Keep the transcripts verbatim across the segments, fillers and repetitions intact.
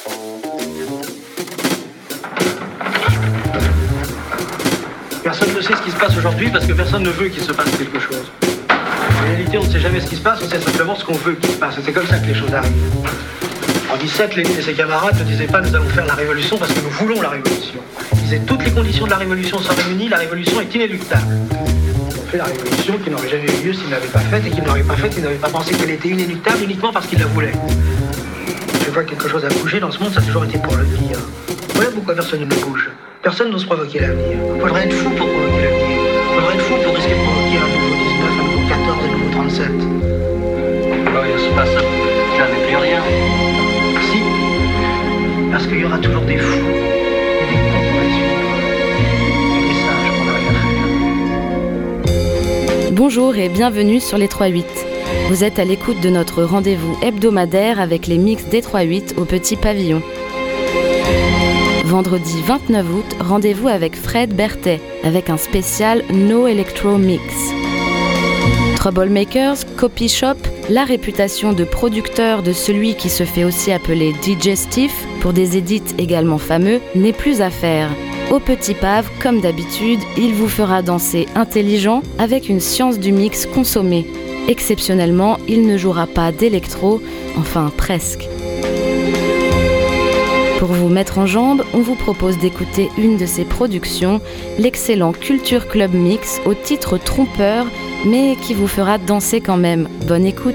Personne ne sait ce qui se passe aujourd'hui parce que personne ne veut qu'il se passe quelque chose. En réalité, on ne sait jamais ce qui se passe, on sait simplement ce qu'on veut qu'il se passe. Et c'est comme ça que les choses arrivent. En dix-sept, Lénine et ses camarades ne disaient pas « nous allons faire la révolution parce que nous voulons la révolution ». Ils disaient « toutes les conditions de la révolution sont réunies, la révolution est inéluctable ». Ils ont fait la révolution qui n'aurait jamais eu lieu s'ils ne l'avaient pas faite et qu'ils n'auraient pas faite s'ils n'avaient pas pensé qu'elle était inéluctable uniquement parce qu'ils la voulaient. Je vois que quelque chose a bougé dans ce monde, ça a toujours été pour le pire. Voilà pourquoi personne ne bouge. Personne n'ose provoquer l'avenir. Il faudrait être fou pour provoquer l'avenir. Il faudrait être fou pour risquer de provoquer un nouveau dix-neuf, un nouveau quatorze, un nouveau trente-sept. Bah, il se passe jamais plus rien. Si. Parce qu'il y aura toujours des fous. Et des cons pour les suivre. Et des sages pour ne rien faire. Bonjour et bienvenue sur les trois huit. Vous êtes à l'écoute de notre rendez-vous hebdomadaire avec les mix des trois huit au Petit Pavillon. Vendredi vingt-neuf août, rendez-vous avec Fred Berthet, avec un spécial No Electro Mix. Troublemakers, Copy Shop, la réputation de producteur de celui qui se fait aussi appeler D J Steve, pour des édits également fameux, n'est plus à faire. Au Petit Pave, comme d'habitude, il vous fera danser intelligent avec une science du mix consommée. Exceptionnellement, il ne jouera pas d'électro, enfin presque. Pour vous mettre en jambe, on vous propose d'écouter une de ses productions, l'excellent Culture Club Mix au titre trompeur, mais qui vous fera danser quand même. Bonne écoute!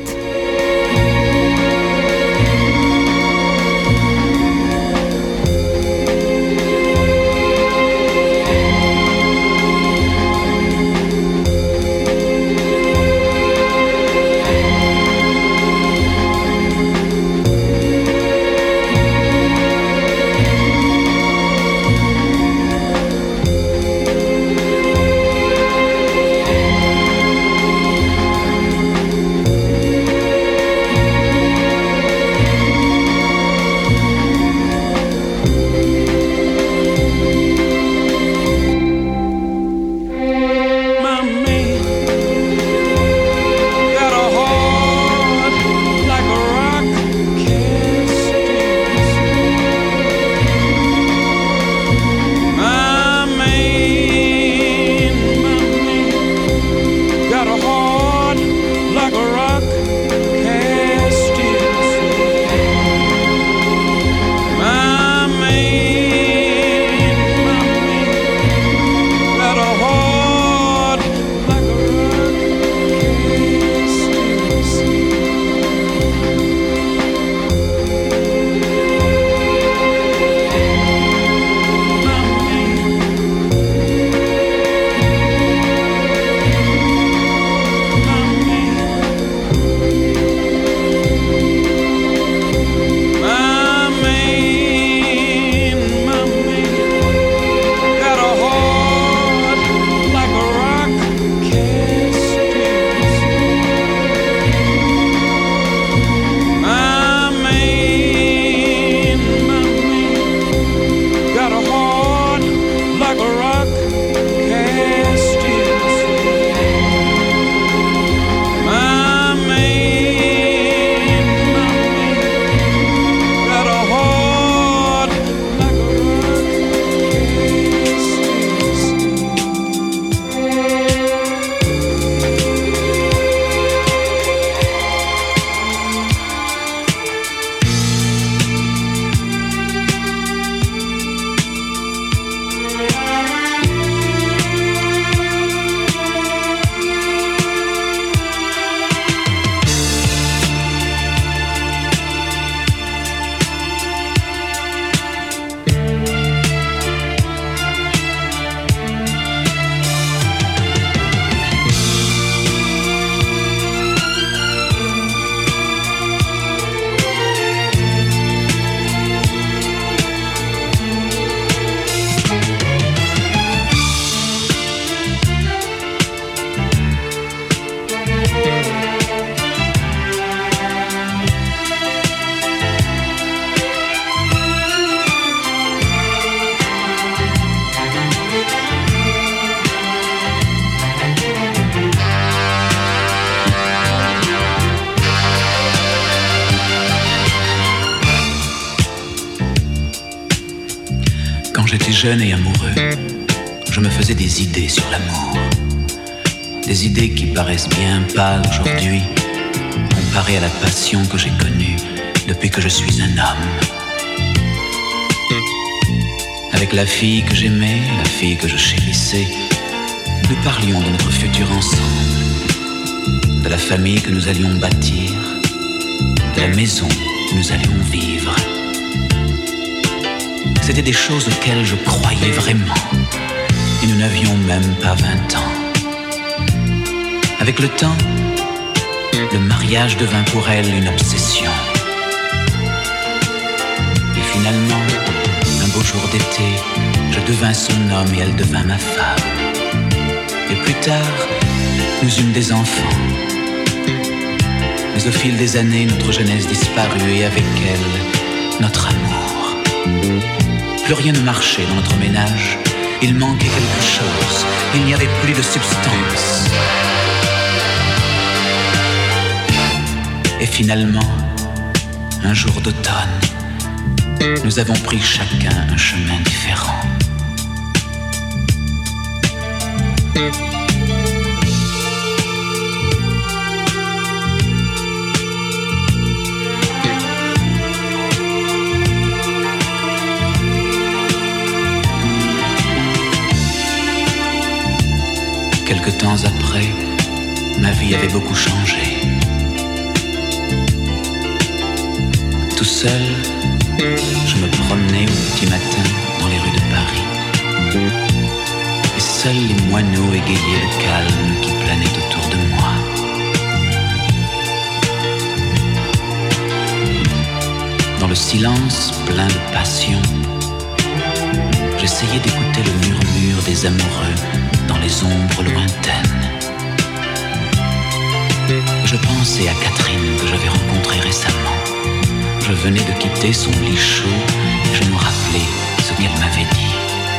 j'étais jeune et amoureux, je me faisais des idées sur l'amour. Des idées qui paraissent bien pâles aujourd'hui, comparées à la passion que j'ai connue depuis que je suis un homme. Avec la fille que j'aimais, la fille que je chérissais, nous parlions de notre futur ensemble, de la famille que nous allions bâtir, de la maison où nous allions vivre. C'était des choses auxquelles je croyais vraiment, et nous n'avions même pas vingt ans. Avec le temps, le mariage devint pour elle une obsession. Et finalement, un beau jour d'été, je devins son homme et elle devint ma femme. Et plus tard, nous eûmes des enfants. Mais au fil des années, notre jeunesse disparut et avec elle, notre amour. Plus rien ne marchait dans notre ménage. Il manquait quelque chose. Il n'y avait plus de substance. Et finalement, un jour d'automne, nous avons pris chacun un chemin différent. Quelque temps après, ma vie avait beaucoup changé. Tout seul, je me promenais au petit matin dans les rues de Paris. Et seuls les moineaux égayaient le calme qui planait autour de moi. Dans le silence plein de passion, j'essayais d'écouter le murmure des amoureux dans les ombres lointaines. Je pensais à Catherine que j'avais rencontrée récemment. Je venais de quitter son lit chaud et je me rappelais ce qu'elle m'avait dit.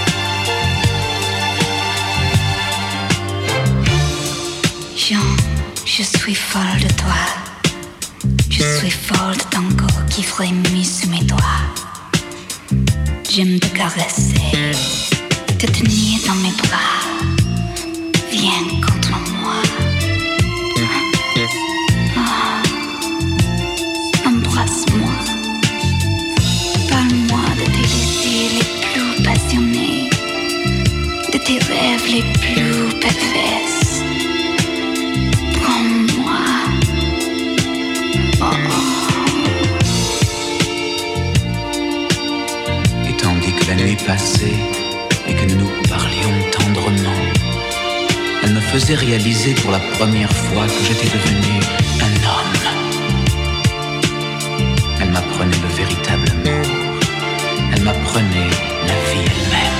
Jean, je suis folle de toi. Je suis folle de ton corps qui frémit sous mes doigts. J'aime te caresser, te tenir dans mes bras. Viens contre moi. Embrasse-moi, parle-moi de tes désirs les plus passionnés, de tes rêves les plus pervers. Prends-moi, oh. Et tandis que la nuit passait et que nous nous parlions tendrement, elle me faisait réaliser pour la première fois que j'étais devenu un homme. Elle m'apprenait le véritable amour. Elle m'apprenait la vie elle-même.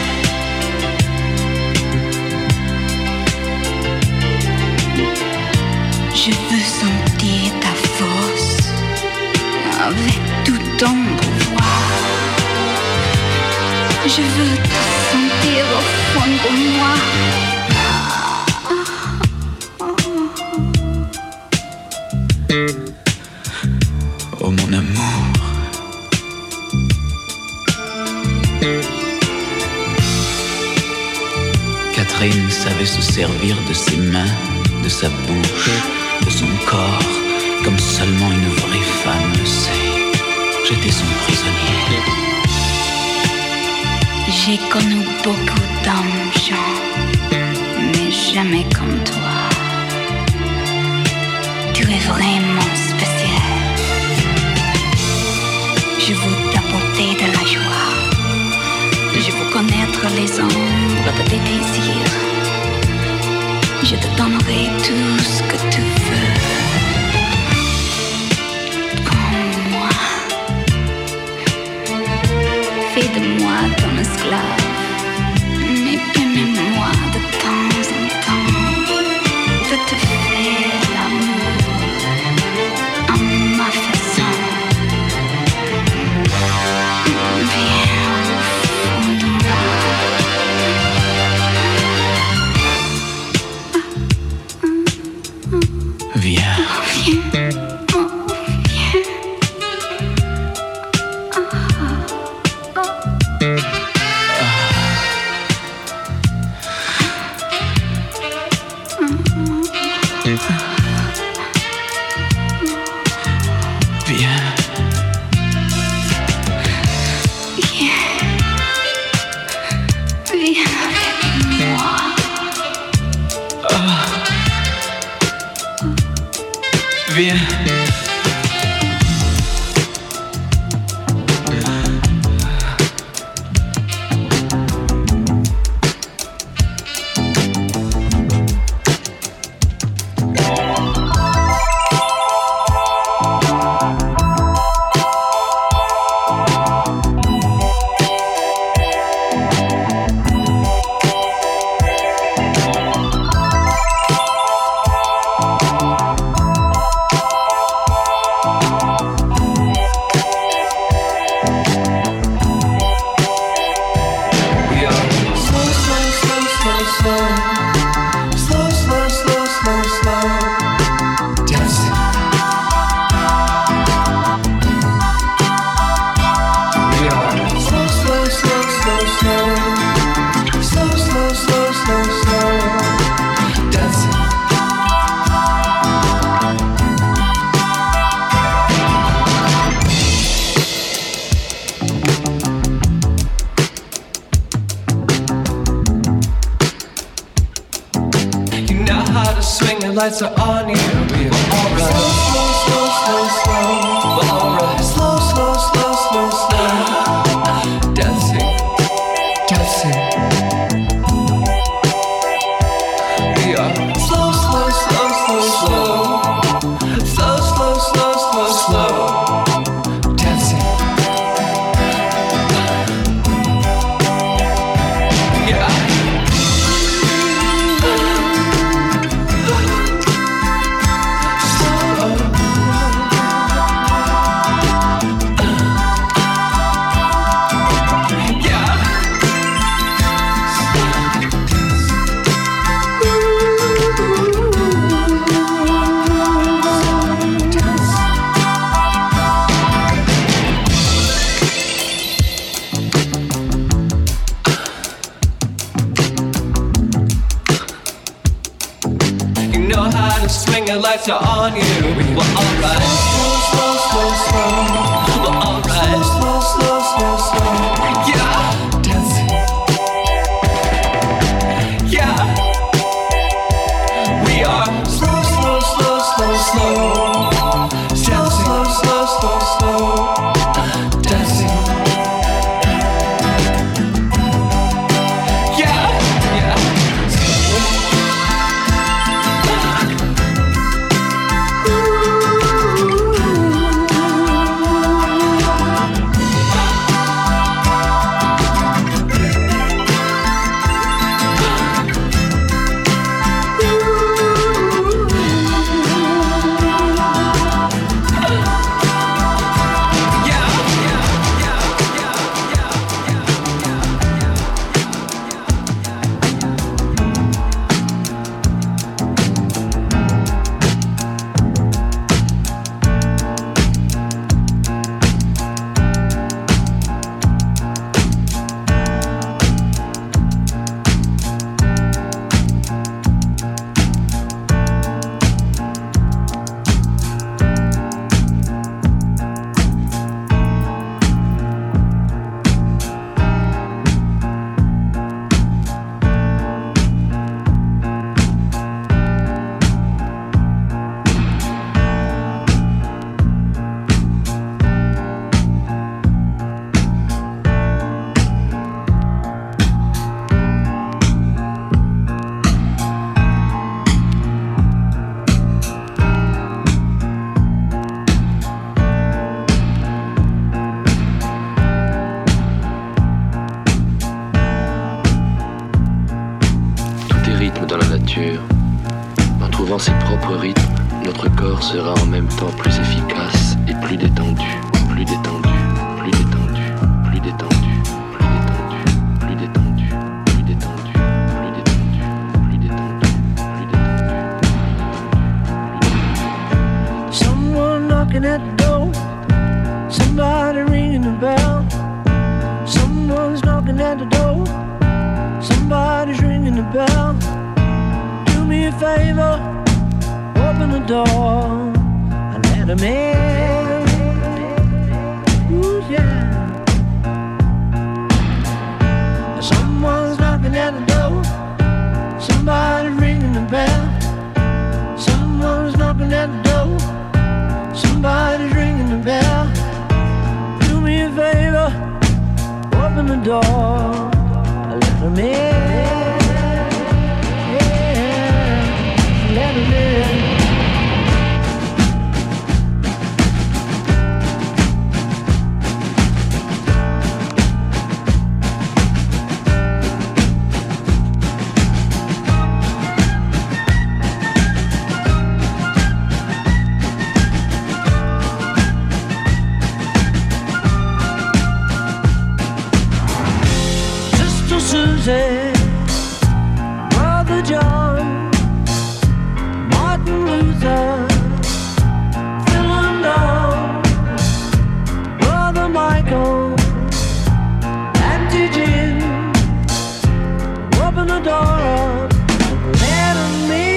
Je veux sentir ta force avec tout ton pouvoir. Je veux te sentir au fond de moi. Oh mon amour. Catherine savait se servir de ses mains, de sa bouche, de son corps, comme seulement une vraie femme le sait. J'étais son prisonnier. J'ai connu beaucoup d'hommes, Jean, mais jamais comme toi. Tu es vraiment spécial. Je veux t'apporter de la joie. Je veux connaître les ombres de tes désirs. Je te donnerai tout ce que tu veux. Prends-moi. Fais de moi ton esclave. Mais permets-moi de temps en temps de te faire l'amour à ma façon. Viens au fond de moi. Viens. Viens. Oh, viens. Ah. lights are on you. We're alright. Slow, slow, slow, slow, slow. We're alright. Slow, slow, slow, slow, slow. Dancing, dancing. We are slow, slow, slow, slow, slow. Slow, slow, slow, slow, slow. Dancing. Yeah. Swing the lights are on you. We're alright. Slow, slow, slow, slow. We're alright. Slow, slow, slow, slow. Yeah. Dancing. Yeah. We are slow, slow, slow, slow, slow. Slow, slow, slow, slow, slow. Dancing. Yeah. Yeah. En trouvant ses propres rythmes, notre corps sera en même temps plus efficace et plus détendu, plus détendu, plus détendu, plus détendu, plus détendu, plus détendu, plus détendu, plus détendu, plus détendu, plus détendu. Someone knocking at the door, somebody ringing the bell. Someone's knocking at the door, somebody's ringing the bell. Do me a favor, open the door and let him in. Ooh, yeah. Someone's knocking at the door, somebody's ringing the bell. Someone's knocking at the door, somebody's ringing the bell. Do me a favor, open the door and let him in. Let him in. Sister Susie, Brother John, Martin Luther, Philemon, Brother Michael, Auntie Jim, open the door up, let him in.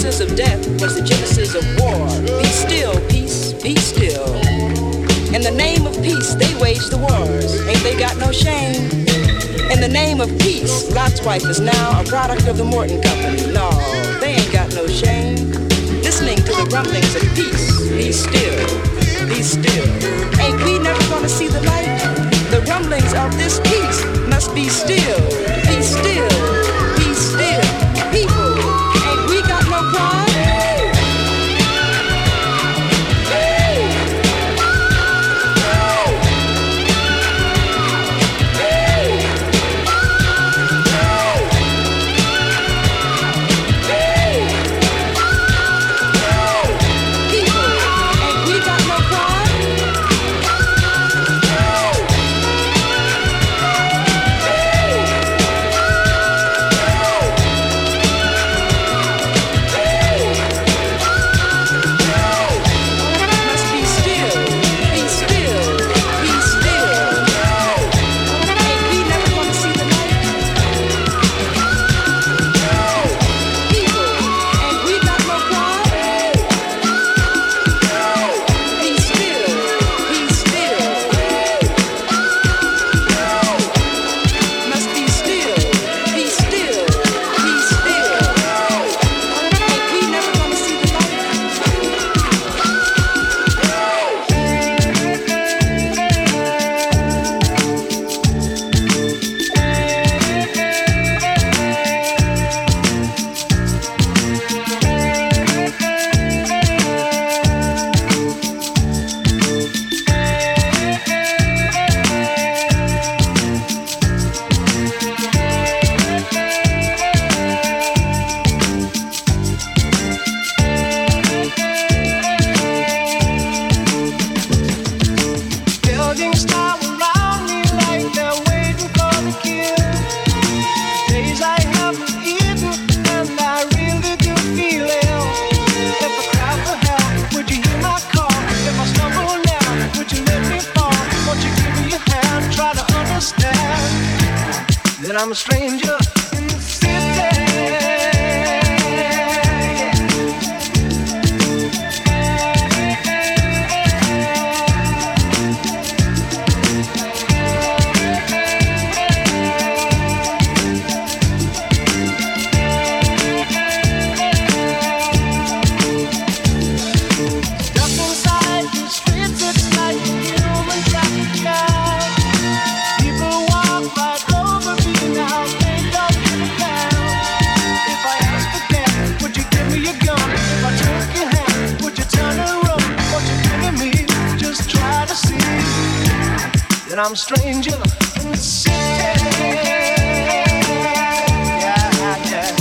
genesis of death was the genesis of war. Be still, peace, be still. In the name of peace, they wage the wars. Ain't they got no shame? In the name of peace, Lot's wife is now a product of the Morton Company. No, they ain't got no shame. Listening to the rumblings of peace, be still, be still. Ain't we never gonna see the light? The rumblings of this peace must be still, be still, be still. People, ain't we got no pride? I'm a stranger in the city. I'm a stranger in the city. Yeah, yeah.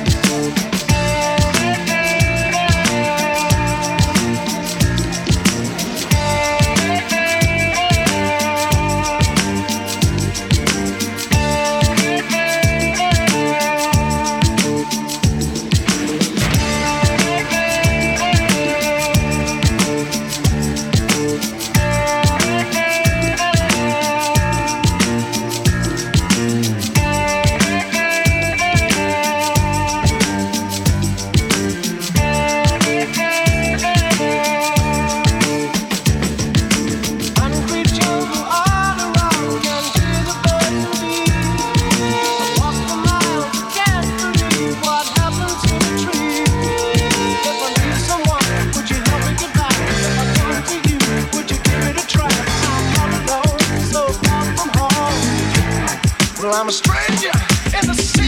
I'm a stranger in the city.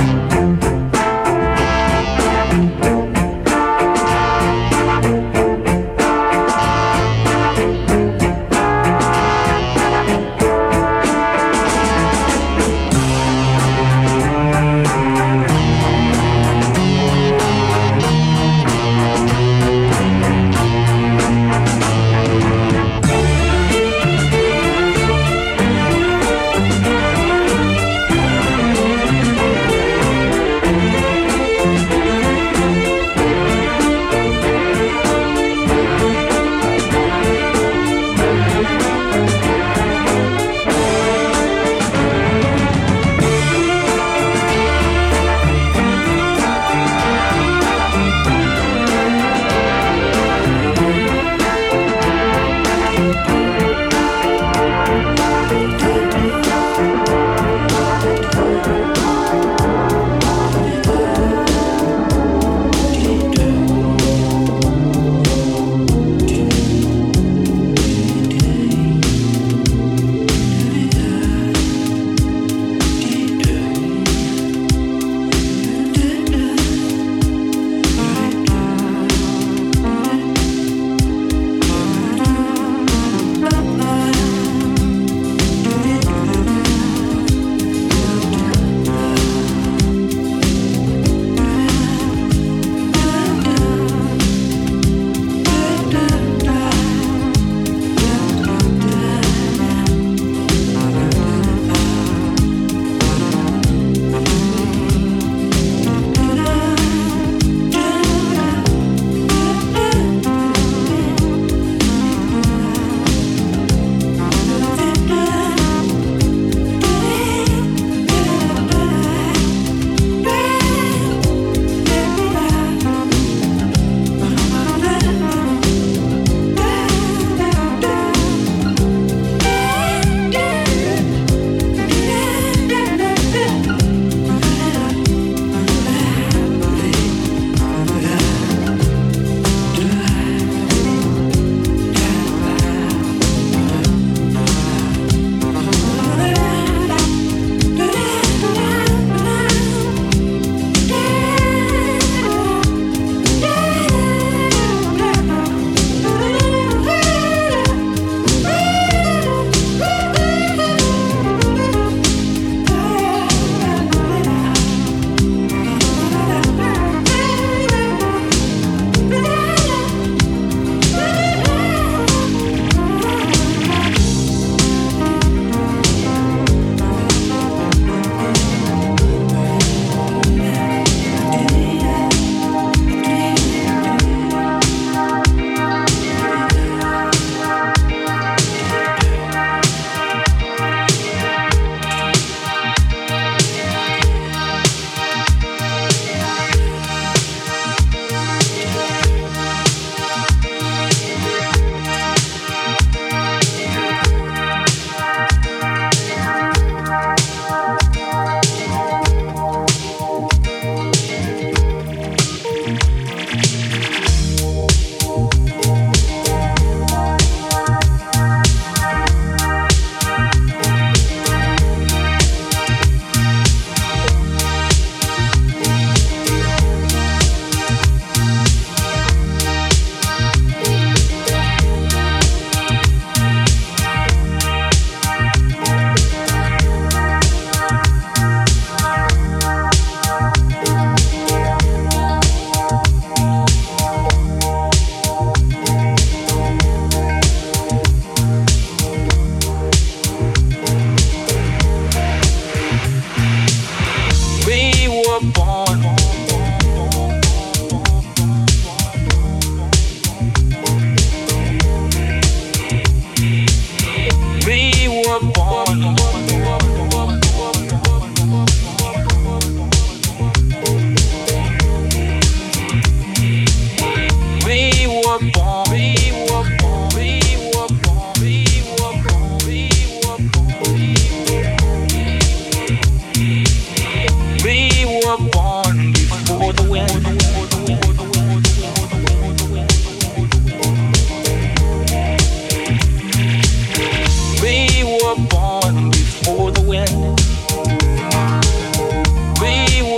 We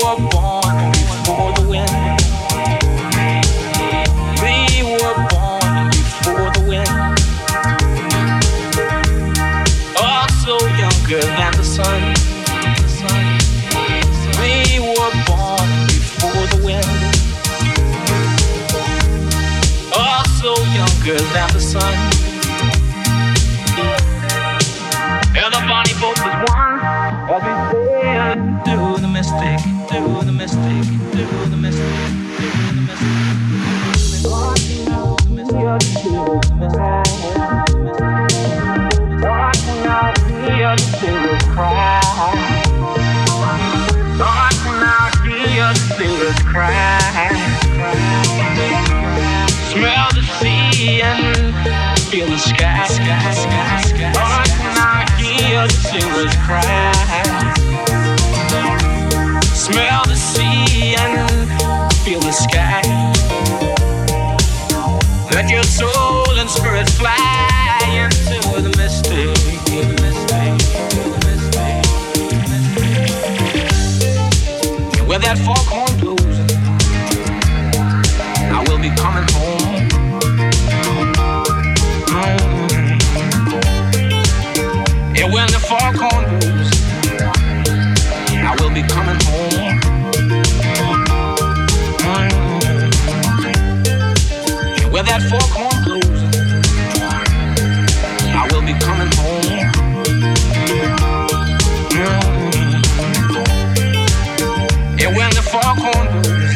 were born before the wind. We were born before the wind. Also younger than the sun. We were born before the wind. Also younger than the sun. And the bonnie boat was one. As we sailed through the mystic, through the mystic, through the mystic, through the mystic. Walking out the mystic, through the mystic. Walking out here to singers cry. Walking out here to singers cry. Smell the sea and feel the sky. Sky, sky, sky. Walking out here to singers cry. Smell the sea and feel the sky. Let your soul and spirit fly into the mystic, the mystic, the mystic, the mystic. And where that foghorn blows, I will be coming home. Mm-hmm. And when the foghorn blows, I will be coming home. Mm-hmm. And where that foghorn blows, I will be coming home. Mm-hmm. And when the foghorn blows,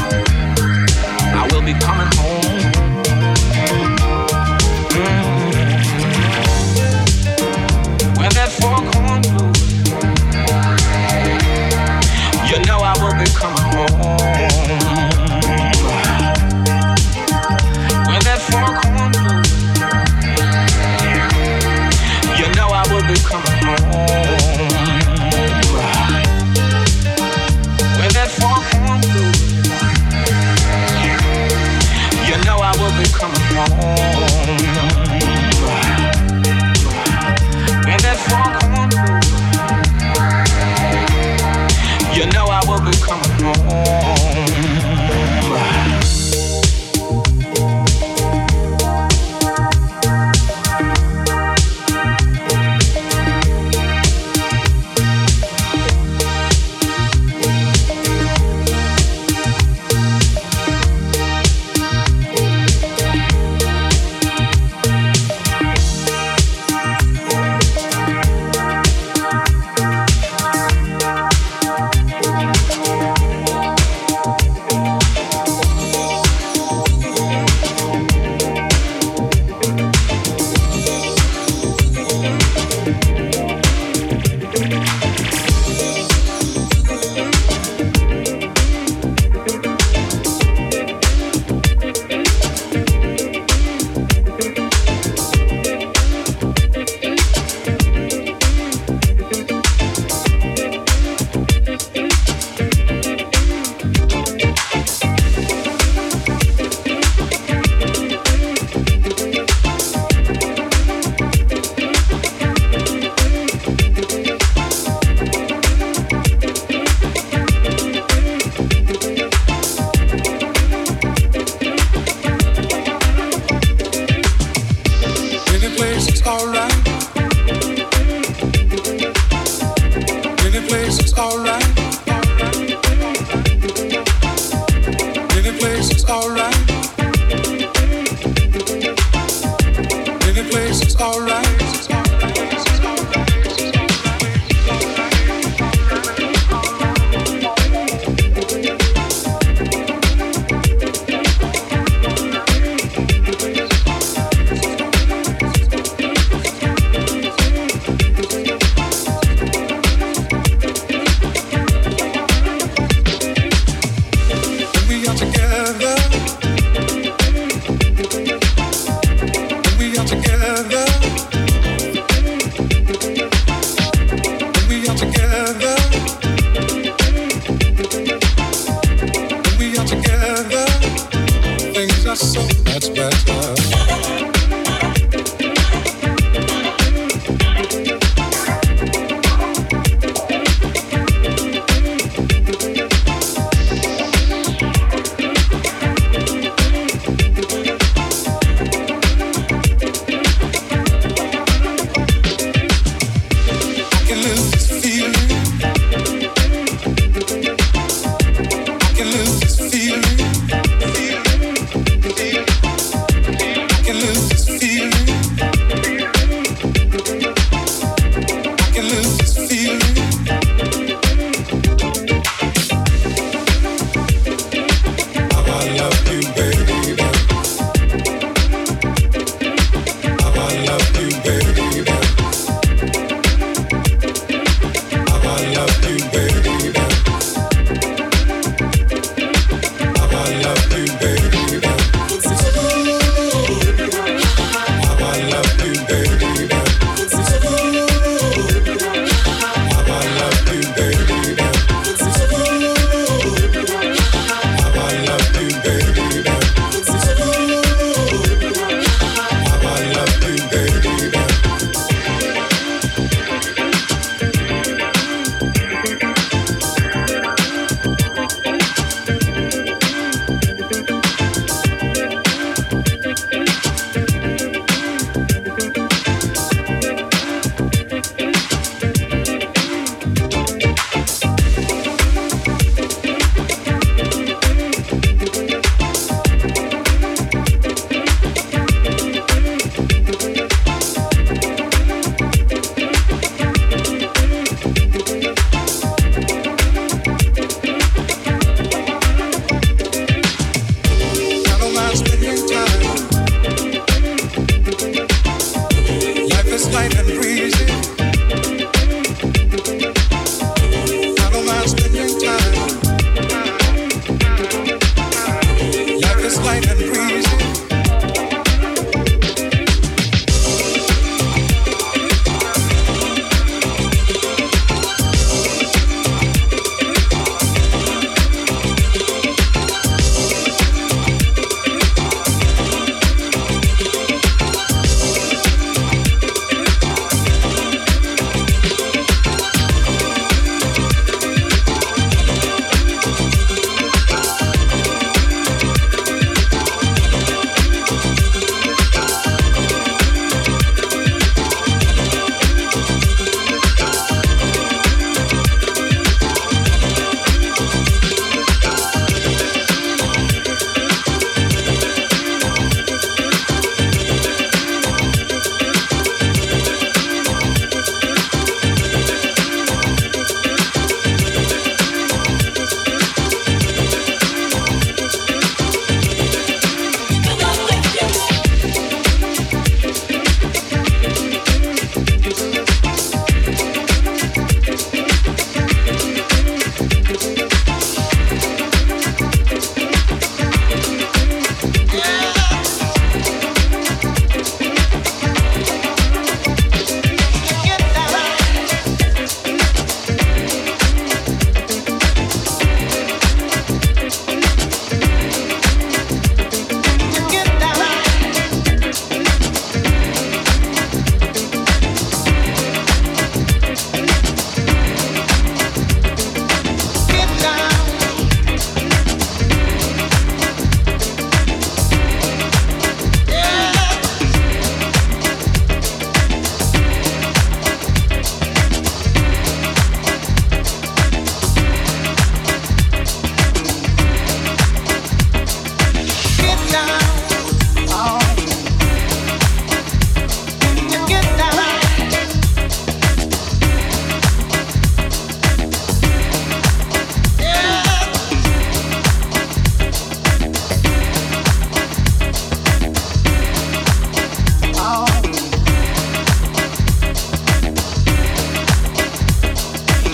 I will be coming home. Mm-hmm. When that foghorn blows, you know I will be coming home. When that foghorn blows, you know I will be coming home. When that foghorn blows, you know I will be coming home. When that foghorn blows, you know I will be coming home.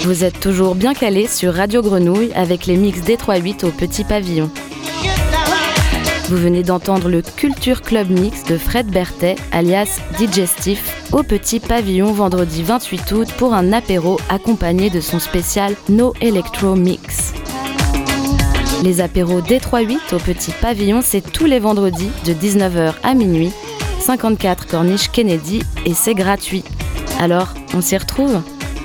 Vous êtes toujours bien calés sur Radio Grenouille avec les mix D trois huit au Petit Pavillon. Vous venez d'entendre le Culture Club Mix de Fred Berthet, alias Digestif, au Petit Pavillon vendredi vingt-huit août pour un apéro accompagné de son spécial No Electro Mix. Les apéros D trois huit au Petit Pavillon, c'est tous les vendredis de dix-neuf heures à minuit, cinquante-quatre Corniche Kennedy, et c'est gratuit. Alors, on s'y retrouve ?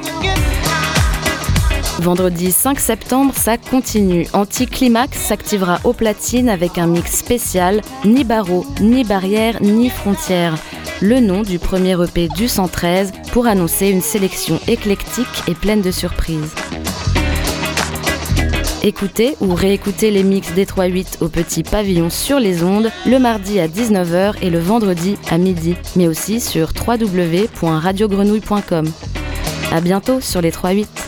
Vendredi cinq septembre, ça continue. Anticlimax s'activera au platine avec un mix spécial, ni barreaux, ni barrières, ni frontières. Le nom du premier E P du cent treize pour annoncer une sélection éclectique et pleine de surprises. Écoutez ou réécoutez les mix D trois huit au Petit Pavillon sur les ondes le mardi à dix-neuf heures et le vendredi à midi, mais aussi sur w w w point radio grenouille point com. À bientôt sur les trois huit.